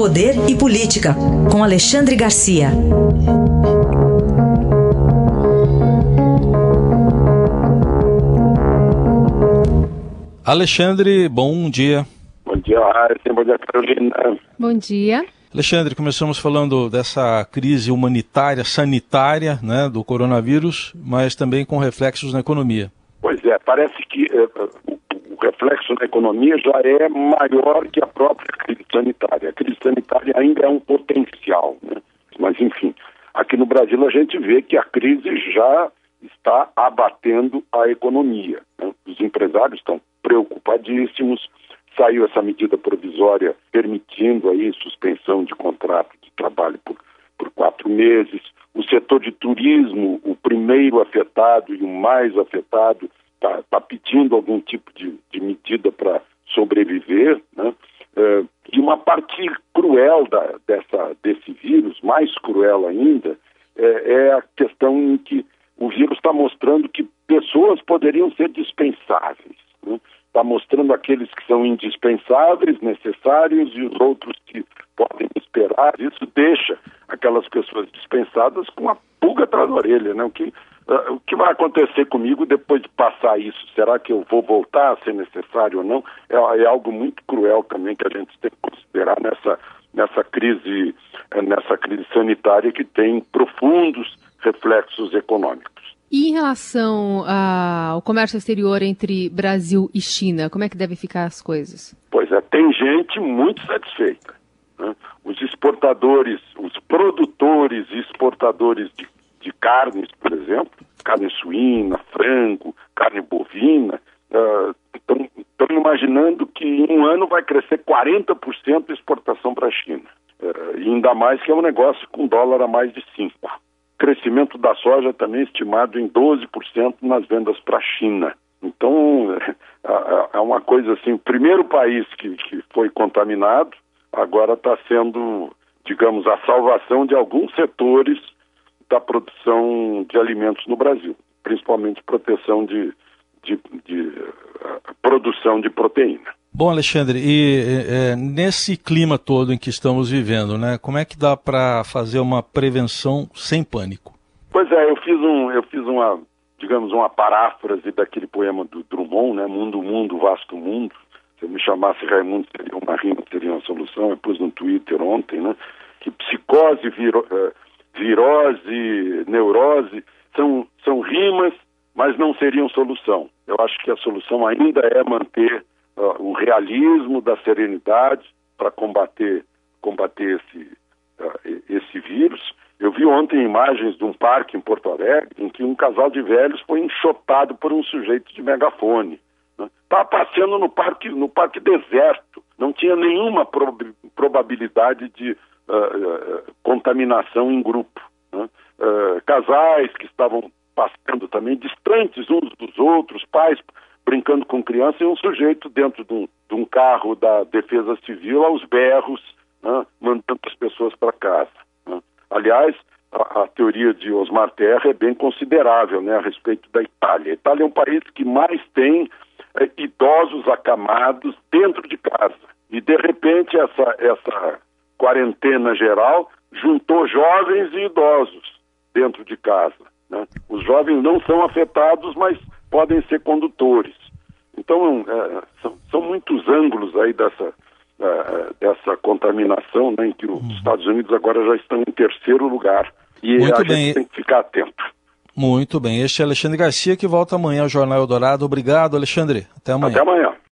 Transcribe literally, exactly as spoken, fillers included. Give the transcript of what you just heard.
Poder e Política, com Alexandre Garcia. Alexandre, bom dia. Bom dia, Raíssa. Bom dia, Carolina. Bom dia. Alexandre, começamos falando dessa crise humanitária, sanitária, né, do coronavírus, mas também com reflexos na economia. Pois é, parece que uh, o, o reflexo na economia já é maior que a própria crise sanitária. A crise sanitária ainda é um potencial, né? Mas, enfim, aqui no Brasil a gente vê que a crise já está abatendo a economia, né? Os empresários estão preocupadíssimos. Saiu essa medida provisória permitindo aí suspensão de contrato de trabalho por, por quatro meses. O setor de turismo, o primeiro afetado e o mais afetado, está tá pedindo algum tipo de, de medida para sobreviver, né? É, e uma parte cruel da, dessa, desse vírus, mais cruel ainda, é, é a questão em que o vírus está mostrando que pessoas poderiam ser dispensáveis, né? Está mostrando aqueles que são indispensáveis, necessários, e os outros que podem esperar. Isso deixa aquelas pessoas dispensadas com a pulga atrás da orelha, né? O que, uh, o que vai acontecer comigo depois de passar isso? Será que eu vou voltar a ser necessário ou não? É, é algo muito cruel também que a gente tem que considerar nessa, nessa, crise, nessa crise sanitária que tem profundos reflexos econômicos. E em relação ao comércio exterior entre Brasil e China, como é que devem ficar as coisas? Pois é, tem gente muito satisfeita, né? Os exportadores, os produtores e exportadores de, de carnes, por exemplo, carne suína, frango, carne bovina, estão uh, imaginando que em um ano vai crescer quarenta por cento a exportação para a China. Uh, e ainda mais que é um negócio com dólar a mais de cinco. Crescimento da soja também estimado em doze por cento nas vendas para a China. Então, é uma coisa assim, o primeiro país que, que foi contaminado, agora está sendo, digamos, a salvação de alguns setores da produção de alimentos no Brasil, principalmente proteção de, de, de uh, produção de proteína. Bom, Alexandre, e é, nesse clima todo em que estamos vivendo, né, como é que dá para fazer uma prevenção sem pânico? Pois é, eu fiz, um, eu fiz uma, digamos, uma paráfrase daquele poema do Drummond, né, Mundo, Mundo, Vasto Mundo. Se eu me chamasse Raimundo, seria uma rima, seria uma solução. Eu pus no Twitter ontem, né, que psicose, viro, virose, neurose são, são rimas, mas não seriam solução. Eu acho que a solução ainda é manter Uh, o realismo da serenidade para combater, combater esse, uh, esse vírus. Eu vi ontem imagens de um parque em Porto Alegre em que um casal de velhos foi enxotado por um sujeito de megafone. Estava né? passeando no parque, no parque deserto. Não tinha nenhuma prob- probabilidade de uh, uh, contaminação em grupo. Né? Uh, casais que estavam passeando também distantes uns dos outros, pais brincando com criança, e um sujeito dentro de um, de um carro da Defesa Civil aos berros, né, mandando as pessoas para casa. Né. Aliás, a, a teoria de Osmar Terra é bem considerável, né, a respeito da Itália. A Itália é um país que mais tem é, idosos acamados dentro de casa. E, de repente, essa, essa quarentena geral juntou jovens e idosos dentro de casa. Né. Os jovens não são afetados, mas podem ser condutores. Então, é, são, são muitos ângulos aí dessa, é, dessa contaminação, né, em que os uhum. Estados Unidos agora já estão em terceiro lugar. E Muito a bem. gente tem que ficar atento. Muito bem. Este é Alexandre Garcia, que volta amanhã ao Jornal Eldorado. Obrigado, Alexandre. Até amanhã. Até amanhã.